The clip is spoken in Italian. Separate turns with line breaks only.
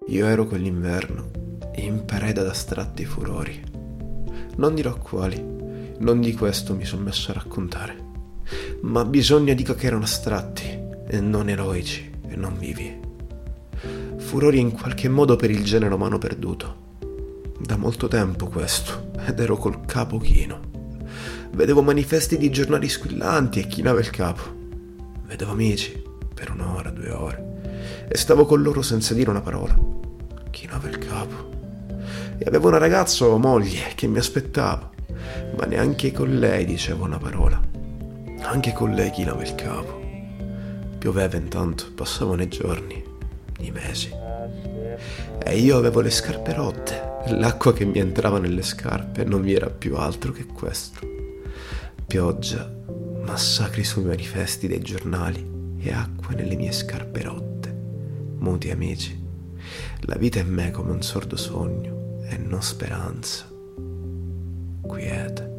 Io ero quell'inverno, in preda ad astratti furori. Non dirò quali, non di questo mi sono messo a raccontare, ma bisogna dica che erano astratti, e non eroici, e non vivi. Furori in qualche modo per il genere umano perduto. Da molto tempo questo, ed ero col capo chino. Vedevo manifesti di giornali squillanti e chinavo il capo. Vedevo amici, per 1 ora, 2 ore, e stavo con loro senza dire una parola. Chinavo il capo. E avevo una ragazza o moglie che mi aspettava, ma neanche con lei dicevo una parola. Anche con lei chinavo il capo. Pioveva intanto, passavano i giorni, i mesi. E io avevo le scarpe rotte, l'acqua che mi entrava nelle scarpe non vi era più altro che questo. Pioggia, massacri sui manifesti dei giornali e acqua nelle mie scarpe rotte. Muti amici, la vita è me come un sordo sogno e non speranza. Quiete.